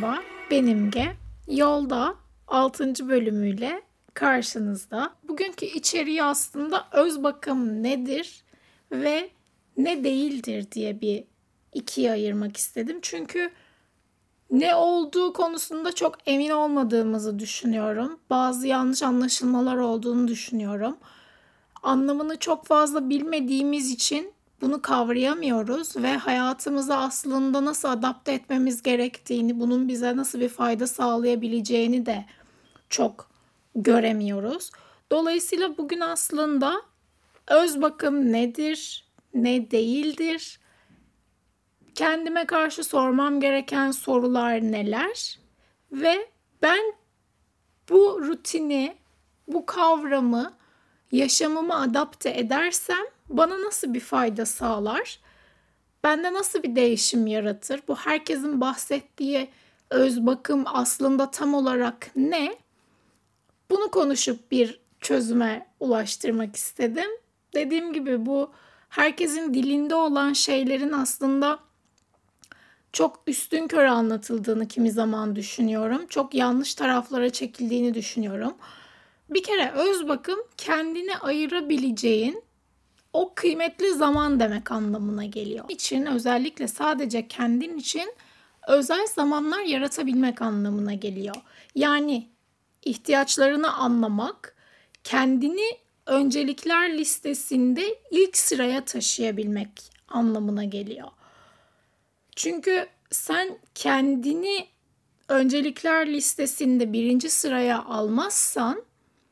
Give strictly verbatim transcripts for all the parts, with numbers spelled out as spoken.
Merhaba, ben İmge. Yolda altıncı bölümüyle karşınızda. Bugünkü içeriği aslında öz bakım nedir ve ne değildir diye bir ikiye ayırmak istedim. Çünkü ne olduğu konusunda çok emin olmadığımızı düşünüyorum. Bazı yanlış anlaşılmalar olduğunu düşünüyorum. Anlamını çok fazla bilmediğimiz için bunu kavrayamıyoruz ve hayatımıza aslında nasıl adapte etmemiz gerektiğini, bunun bize nasıl bir fayda sağlayabileceğini de çok göremiyoruz. Dolayısıyla bugün aslında öz bakım nedir, ne değildir, kendime karşı sormam gereken sorular neler ve ben bu rutini, bu kavramı yaşamıma adapte edersem bana nasıl bir fayda sağlar? Bende nasıl bir değişim yaratır? Bu herkesin bahsettiği öz bakım aslında tam olarak ne? Bunu konuşup bir çözüme ulaştırmak istedim. Dediğim gibi bu herkesin dilinde olan şeylerin aslında çok üstünkörü anlatıldığını kimi zaman düşünüyorum. Çok yanlış taraflara çekildiğini düşünüyorum. Bir kere öz bakım kendine ayırabileceğin o kıymetli zaman demek anlamına geliyor. İçin özellikle sadece kendin için özel zamanlar yaratabilmek anlamına geliyor. Yani ihtiyaçlarını anlamak, kendini öncelikler listesinde ilk sıraya taşıyabilmek anlamına geliyor. Çünkü sen kendini öncelikler listesinde birinci sıraya almazsan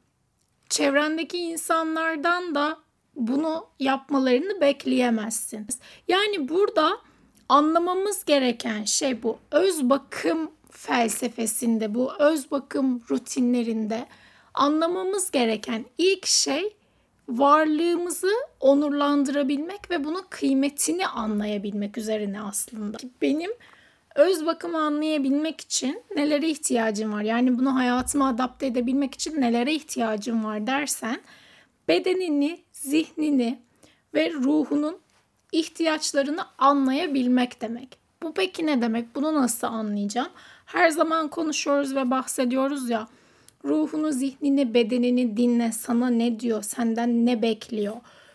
çevrendeki insanlardan da bunu yapmalarını bekleyemezsin. Yani burada anlamamız gereken şey bu öz bakım felsefesinde, bu öz bakım rutinlerinde anlamamız gereken ilk şey varlığımızı onurlandırabilmek ve bunun kıymetini anlayabilmek üzerine aslında. Benim öz bakımı anlayabilmek için nelere ihtiyacım var? Yani bunu hayatıma adapte edebilmek için nelere ihtiyacım var dersen, bedenini, zihnini ve ruhunun ihtiyaçlarını anlayabilmek demek. Bu peki ne demek? Bunu nasıl anlayacağım? Her zaman konuşuyoruz ve bahsediyoruz ya, ruhunu, zihnini, bedenini dinle, sana ne diyor, senden ne bekliyor?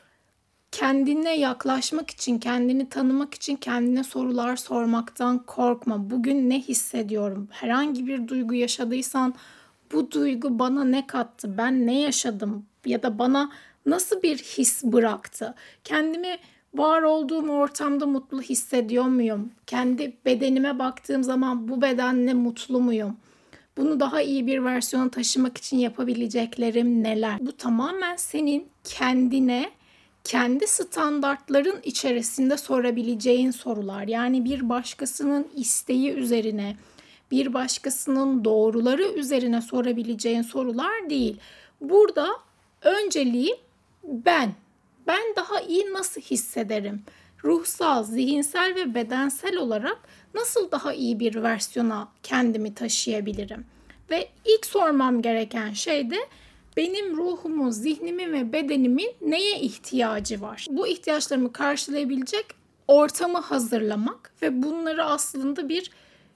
Kendine yaklaşmak için, kendini tanımak için kendine sorular sormaktan korkma. Bugün ne hissediyorum? Herhangi bir duygu yaşadıysan bu duygu bana ne kattı? Ben ne yaşadım? Ya da bana nasıl bir his bıraktı? Kendimi var olduğum ortamda mutlu hissediyor muyum? Kendi bedenime baktığım zaman bu bedenle mutlu muyum? Bunu daha iyi bir versiyona taşımak için yapabileceklerim neler? Bu tamamen senin kendine, kendi standartların içerisinde sorabileceğin sorular. Yani bir başkasının isteği üzerine, bir başkasının doğruları üzerine sorabileceğin sorular değil. Burada önceliği ben. Ben daha iyi nasıl hissederim? Ruhsal, zihinsel ve bedensel olarak nasıl daha iyi bir versiyona kendimi taşıyabilirim? Ve ilk sormam gereken şey de benim ruhumun, zihnimin ve bedenimin neye ihtiyacı var? Bu ihtiyaçlarımı karşılayabilecek ortamı hazırlamak ve bunları aslında bir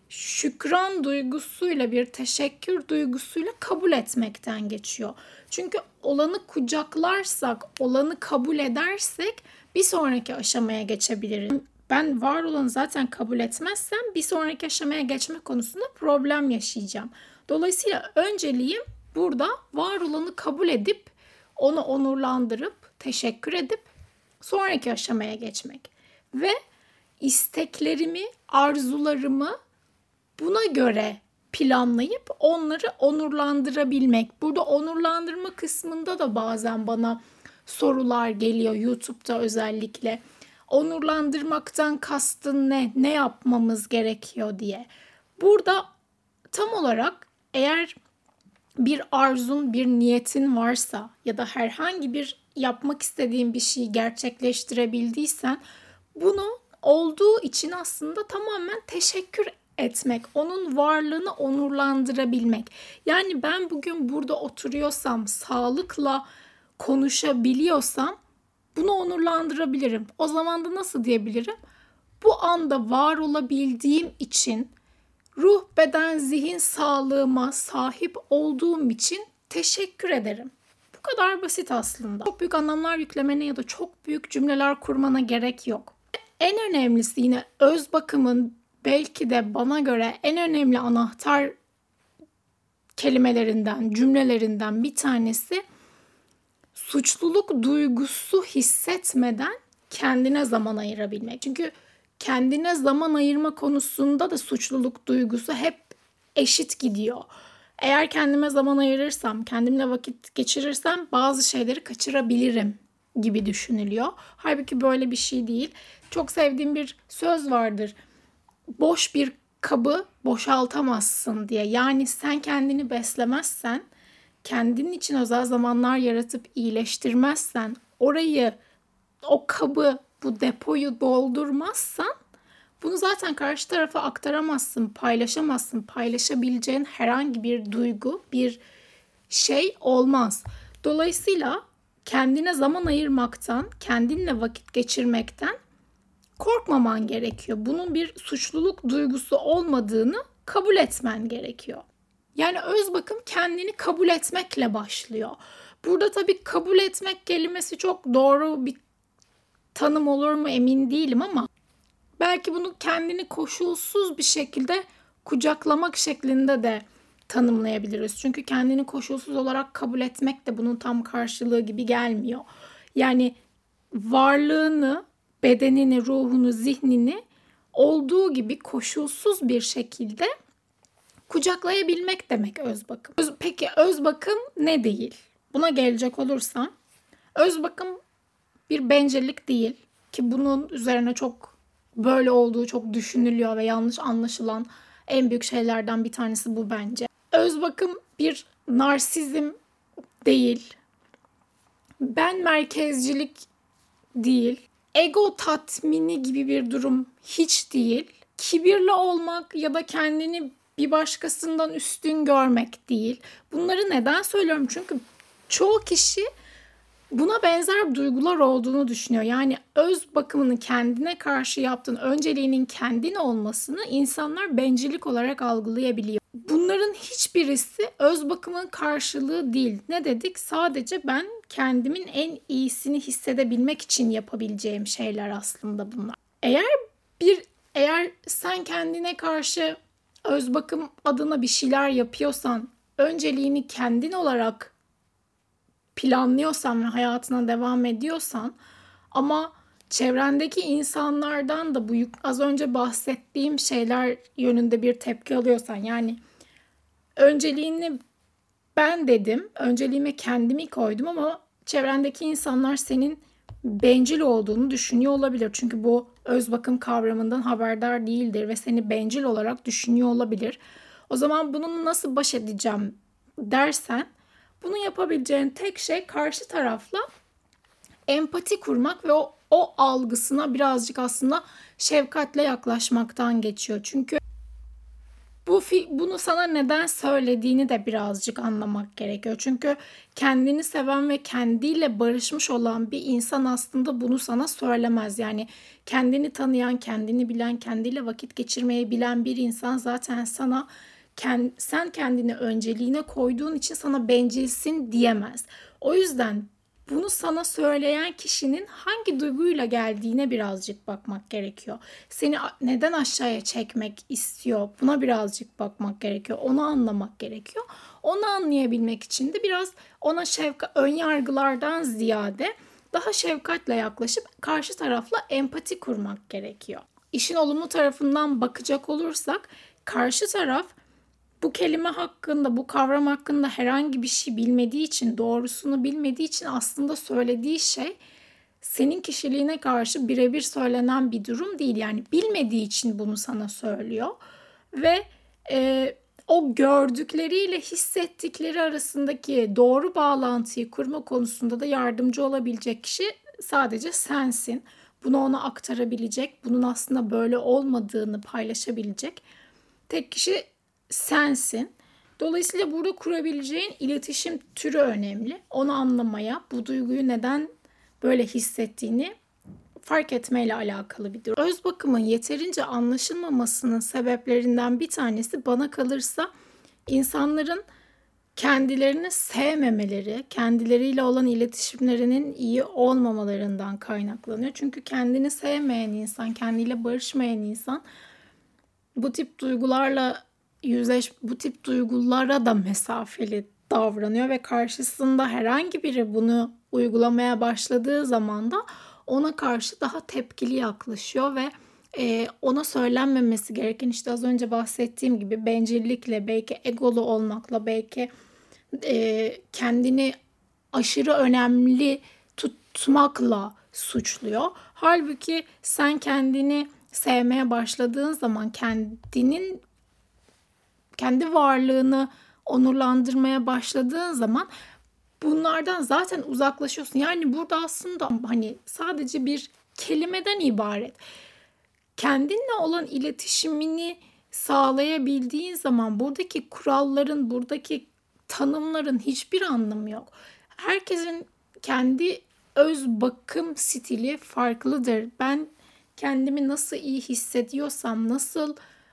şükran duygusuyla, bir teşekkür duygusuyla kabul etmekten geçiyor. Çünkü olanı kucaklarsak, olanı kabul edersek bir sonraki aşamaya geçebiliriz. Ben var olanı zaten kabul etmezsem bir sonraki aşamaya geçme konusunda problem yaşayacağım. Dolayısıyla önceliğim burada var olanı kabul edip, onu onurlandırıp, teşekkür edip sonraki aşamaya geçmek. Ve isteklerimi, arzularımı buna göre planlayıp onları onurlandırabilmek. Burada onurlandırma kısmında da bazen bana sorular geliyor YouTube'da özellikle. Onurlandırmaktan kastın ne? Ne yapmamız gerekiyor diye. Burada tam olarak eğer bir arzun, bir niyetin varsa ya da herhangi bir yapmak istediğin bir şeyi gerçekleştirebildiysen bunu olduğu için aslında tamamen teşekkür etmek, onun varlığını onurlandırabilmek. Yani ben bugün burada oturuyorsam, sağlıkla konuşabiliyorsam bunu onurlandırabilirim. O zaman da nasıl diyebilirim? Bu anda var olabildiğim için, ruh, beden, zihin sağlığıma sahip olduğum için teşekkür ederim. Bu kadar basit aslında. Çok büyük anlamlar yüklemene ya da çok büyük cümleler kurmana gerek yok. En önemlisi yine öz bakımın belki de bana göre en önemli anahtar kelimelerinden, cümlelerinden bir tanesi suçluluk duygusu hissetmeden kendine zaman ayırabilmek. Çünkü kendine zaman ayırma konusunda da suçluluk duygusu hep eşit gidiyor. Eğer kendime zaman ayırırsam, kendimle vakit geçirirsem bazı şeyleri kaçırabilirim gibi düşünülüyor. Halbuki böyle bir şey değil. Çok sevdiğim bir söz vardır. Boş bir kabı boşaltamazsın diye. Yani sen kendini beslemezsen, kendin için özel zamanlar yaratıp iyileştirmezsen, orayı, o kabı, bu depoyu doldurmazsan bunu zaten karşı tarafa aktaramazsın, paylaşamazsın. Paylaşabileceğin herhangi bir duygu, bir şey olmaz. Dolayısıyla kendine zaman ayırmaktan, kendinle vakit geçirmekten korkmaman gerekiyor. Bunun bir suçluluk duygusu olmadığını kabul etmen gerekiyor. Yani öz bakım kendini kabul etmekle başlıyor. Burada tabii kabul etmek kelimesi çok doğru bir tanım olur mu emin değilim ama belki bunu kendini koşulsuz bir şekilde kucaklamak şeklinde de tanımlayabiliriz. Çünkü kendini koşulsuz olarak kabul etmek de bunun tam karşılığı gibi gelmiyor. Yani varlığını, bedenini, ruhunu, zihnini olduğu gibi koşulsuz bir şekilde kucaklayabilmek demek öz bakım. Peki öz bakım ne değil? Buna gelecek olursam, öz bakım bir bencillik değil ki bunun üzerine çok böyle olduğu çok düşünülüyor ve yanlış anlaşılan en büyük şeylerden bir tanesi bu bence. Öz bakım bir narsizm değil. Ben merkezcilik değil. Ego tatmini gibi bir durum hiç değil. Kibirli olmak ya da kendini bir başkasından üstün görmek değil. Bunları neden söylüyorum? Çünkü çoğu kişi buna benzer duygular olduğunu düşünüyor. Yani öz bakımını kendine karşı yaptığın önceliğinin kendin olmasını insanlar bencillik olarak algılayabiliyor. Bunların hiçbirisi öz bakımın karşılığı değil. Ne dedik? Sadece ben kendimin en iyisini hissedebilmek için yapabileceğim şeyler aslında bunlar. Eğer bir eğer sen kendine karşı öz bakım adına bir şeyler yapıyorsan, önceliğini kendin olarak planlıyorsan ve hayatına devam ediyorsan ama çevrendeki insanlardan da bu az önce bahsettiğim şeyler yönünde bir tepki alıyorsan, yani önceliğini ben dedim, önceliğime kendimi koydum ama çevrendeki insanlar senin bencil olduğunu düşünüyor olabilir. Çünkü bu öz bakım kavramından haberdar değildir ve seni bencil olarak düşünüyor olabilir. O zaman bununla nasıl baş edeceğim dersen, bunu yapabileceğin tek şey karşı tarafla empati kurmak ve o, o algısına birazcık aslında şefkatle yaklaşmaktan geçiyor. Çünkü bu bunu sana neden söylediğini de birazcık anlamak gerekiyor. Çünkü kendini seven ve kendiyle barışmış olan bir insan aslında bunu sana söylemez. Yani kendini tanıyan, kendini bilen, kendiyle vakit geçirmeyi bilen bir insan zaten sana sen kendini önceliğine koyduğun için sana bencilsin diyemez. O yüzden bunu sana söyleyen kişinin hangi duyguyla geldiğine birazcık bakmak gerekiyor. Seni neden aşağıya çekmek istiyor? Buna birazcık bakmak gerekiyor. Onu anlamak gerekiyor. Onu anlayabilmek için de biraz ona şefkat, ön yargılardan ziyade daha şefkatle yaklaşıp karşı tarafla empati kurmak gerekiyor. İşin olumlu tarafından bakacak olursak karşı taraf bu kelime hakkında, bu kavram hakkında herhangi bir şey bilmediği için, doğrusunu bilmediği için aslında söylediği şey senin kişiliğine karşı birebir söylenen bir durum değil. Yani bilmediği için bunu sana söylüyor ve e, o gördükleriyle hissettikleri arasındaki doğru bağlantıyı kurma konusunda da yardımcı olabilecek kişi sadece sensin. Bunu ona aktarabilecek, bunun aslında böyle olmadığını paylaşabilecek tek kişi sensin. Dolayısıyla burada kurabileceğin iletişim türü önemli. Onu anlamaya, bu duyguyu neden böyle hissettiğini fark etmeyle alakalı bir durum. Öz bakımın yeterince anlaşılmamasının sebeplerinden bir tanesi bana kalırsa insanların kendilerini sevmemeleri, kendileriyle olan iletişimlerinin iyi olmamalarından kaynaklanıyor. Çünkü kendini sevmeyen insan, kendiyle barışmayan insan bu tip duygularla yüzleş, bu tip duygulara da mesafeli davranıyor ve karşısında herhangi biri bunu uygulamaya başladığı zaman da ona karşı daha tepkili yaklaşıyor ve e, ona söylenmemesi gereken, işte az önce bahsettiğim gibi bencillikle, belki egolu olmakla, belki e, kendini aşırı önemli tutmakla suçluyor. Halbuki sen kendini sevmeye başladığın zaman, kendinin kendi varlığını onurlandırmaya başladığın zaman bunlardan zaten uzaklaşıyorsun. Yani burada aslında hani sadece bir kelimeden ibaret. Kendinle olan iletişimini sağlayabildiğin zaman buradaki kuralların, buradaki tanımların hiçbir anlamı yok. Herkesin kendi öz bakım stili farklıdır. Ben kendimi nasıl iyi hissediyorsam, nasıl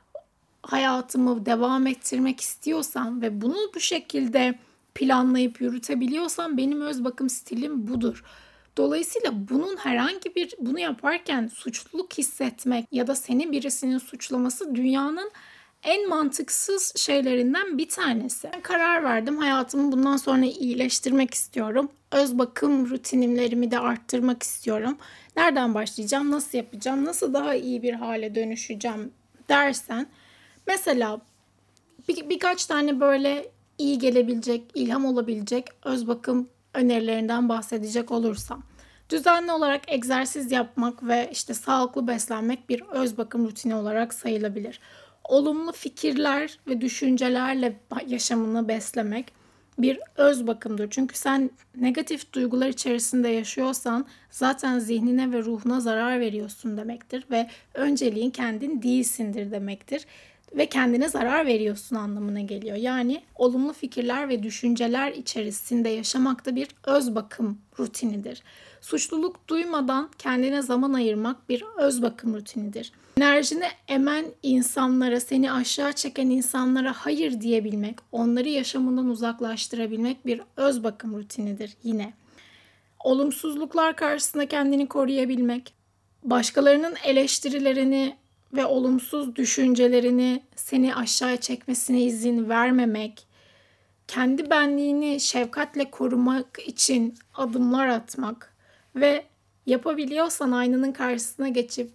hayatımı devam ettirmek istiyorsam ve bunu bu şekilde planlayıp yürütebiliyorsam benim öz bakım stilim budur. Dolayısıyla bunun herhangi bir bunu yaparken suçluluk hissetmek ya da seni birisinin suçlaması dünyanın en mantıksız şeylerinden bir tanesi. Ben karar verdim. Hayatımı bundan sonra iyileştirmek istiyorum. Öz bakım rutinlerimi de arttırmak istiyorum. Nereden başlayacağım? Nasıl yapacağım? Nasıl daha iyi bir hale dönüşeceğim dersen, mesela bir, birkaç tane böyle iyi gelebilecek, ilham olabilecek öz bakım önerilerinden bahsedecek olursam. Düzenli olarak egzersiz yapmak ve işte sağlıklı beslenmek bir öz bakım rutini olarak sayılabilir. Olumlu fikirler ve düşüncelerle yaşamını beslemek bir öz bakımdır. Çünkü sen negatif duygular içerisinde yaşıyorsan zaten zihnine ve ruhuna zarar veriyorsun demektir ve önceliğin kendin değilsindir demektir. Ve kendine zarar veriyorsun anlamına geliyor. Yani olumlu fikirler ve düşünceler içerisinde yaşamak da bir öz bakım rutinidir. Suçluluk duymadan kendine zaman ayırmak bir öz bakım rutinidir. Enerjini emen insanlara, seni aşağı çeken insanlara hayır diyebilmek, onları yaşamından uzaklaştırabilmek bir öz bakım rutinidir yine. Olumsuzluklar karşısında kendini koruyabilmek, başkalarının eleştirilerini ve olumsuz düşüncelerini seni aşağıya çekmesine izin vermemek, kendi benliğini şefkatle korumak için adımlar atmak ve yapabiliyorsan aynanın karşısına geçip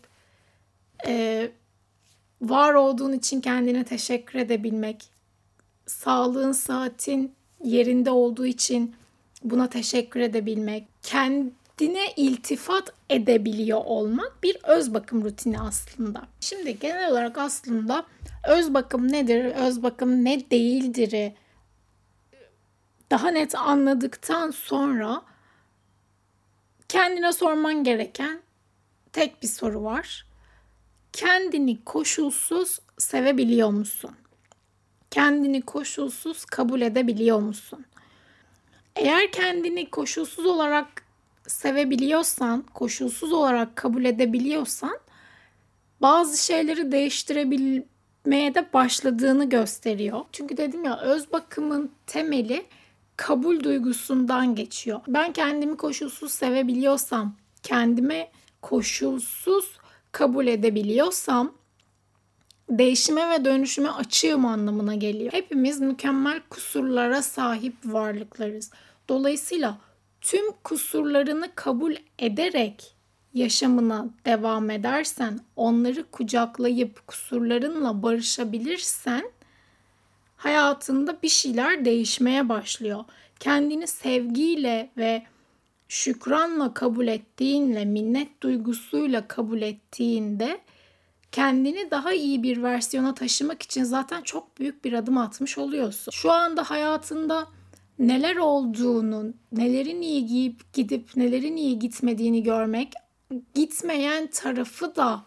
e, var olduğun için kendine teşekkür edebilmek, sağlığın, saatin yerinde olduğu için buna teşekkür edebilmek, kendine iltifat edebiliyor olmak bir öz bakım rutini aslında. Şimdi genel olarak aslında öz bakım nedir, öz bakım ne değildir'i daha net anladıktan sonra kendine sorman gereken tek bir soru var. Kendini koşulsuz sevebiliyor musun? Kendini koşulsuz kabul edebiliyor musun? Eğer kendini koşulsuz olarak sevebiliyorsan, koşulsuz olarak kabul edebiliyorsan bazı şeyleri değiştirebilmeye de başladığını gösteriyor. Çünkü dedim ya, öz bakımın temeli kabul duygusundan geçiyor. Ben kendimi koşulsuz sevebiliyorsam, kendime koşulsuz kabul edebiliyorsam değişime ve dönüşüme açığım anlamına geliyor. Hepimiz mükemmel kusurlara sahip varlıklarız. Dolayısıyla tüm kusurlarını kabul ederek yaşamına devam edersen, onları kucaklayıp kusurlarınla barışabilirsen hayatında bir şeyler değişmeye başlıyor. Kendini sevgiyle ve şükranla kabul ettiğinle, minnet duygusuyla kabul ettiğinde kendini daha iyi bir versiyona taşımak için zaten çok büyük bir adım atmış oluyorsun. Şu anda hayatında neler olduğunu, nelerin iyi giyip gidip nelerin iyi gitmediğini görmek, gitmeyen tarafı da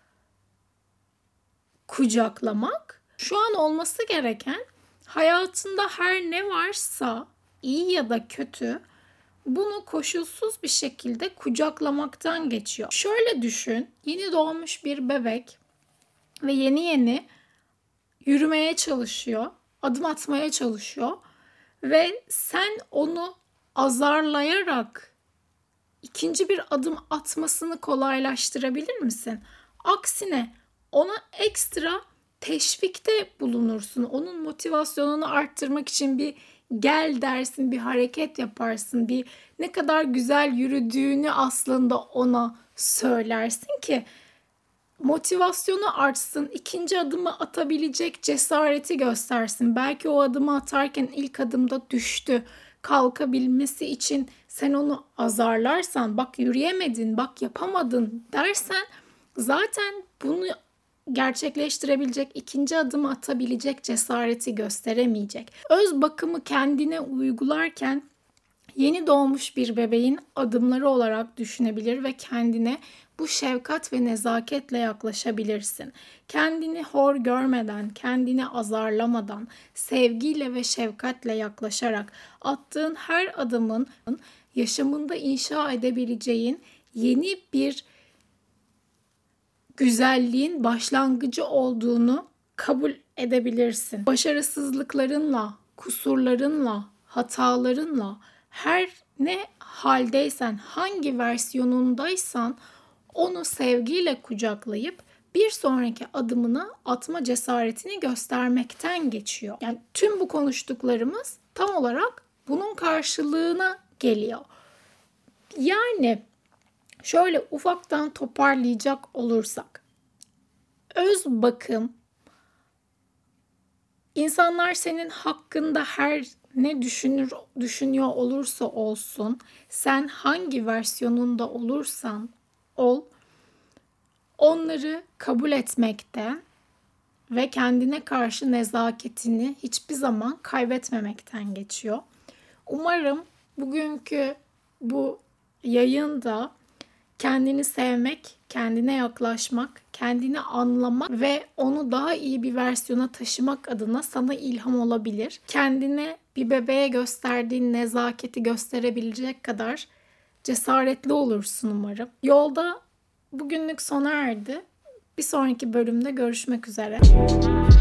kucaklamak. Şu an olması gereken, hayatında her ne varsa iyi ya da kötü bunu koşulsuz bir şekilde kucaklamaktan geçiyor. Şöyle düşün, yeni doğmuş bir bebek ve yeni yeni yürümeye çalışıyor, adım atmaya çalışıyor ve sen onu azarlayarak ikinci bir adım atmasını kolaylaştırabilir misin? Aksine ona ekstra teşvikte bulunursun. Onun motivasyonunu arttırmak için bir gel dersin, bir hareket yaparsın, bir ne kadar güzel yürüdüğünü aslında ona söylersin ki motivasyonu artsın, ikinci adımı atabilecek cesareti göstersin. Belki o adımı atarken ilk adımda düştü. Kalkabilmesi için sen onu azarlarsan, bak yürüyemedin, bak yapamadın dersen zaten bunu gerçekleştirebilecek, ikinci adımı atabilecek cesareti gösteremeyecek. Öz bakımı kendine uygularken yeni doğmuş bir bebeğin adımları olarak düşünebilir ve kendine bu şefkat ve nezaketle yaklaşabilirsin. Kendini hor görmeden, kendini azarlamadan, sevgiyle ve şefkatle yaklaşarak attığın her adımın yaşamında inşa edebileceğin yeni bir güzelliğin başlangıcı olduğunu kabul edebilirsin. Başarısızlıklarınla, kusurlarınla, hatalarınla her ne haldeysen, hangi versiyonundaysan onu sevgiyle kucaklayıp bir sonraki adımını atma cesaretini göstermekten geçiyor. Yani tüm bu konuştuklarımız tam olarak bunun karşılığına geliyor. Yani şöyle ufaktan toparlayacak olursak, öz bakım, insanlar senin hakkında her ne düşünür düşünüyor olursa olsun, sen hangi versiyonunda olursan ol, onları kabul etmekte ve kendine karşı nezaketini hiçbir zaman kaybetmemekten geçiyor. Umarım bugünkü bu yayında kendini sevmek, kendine yaklaşmak, kendini anlamak ve onu daha iyi bir versiyona taşımak adına sana ilham olabilir. Kendine bir bebeğe gösterdiğin nezaketi gösterebilecek kadar cesaretli olursun umarım. Yolda bugünlük sona erdi. Bir sonraki bölümde görüşmek üzere.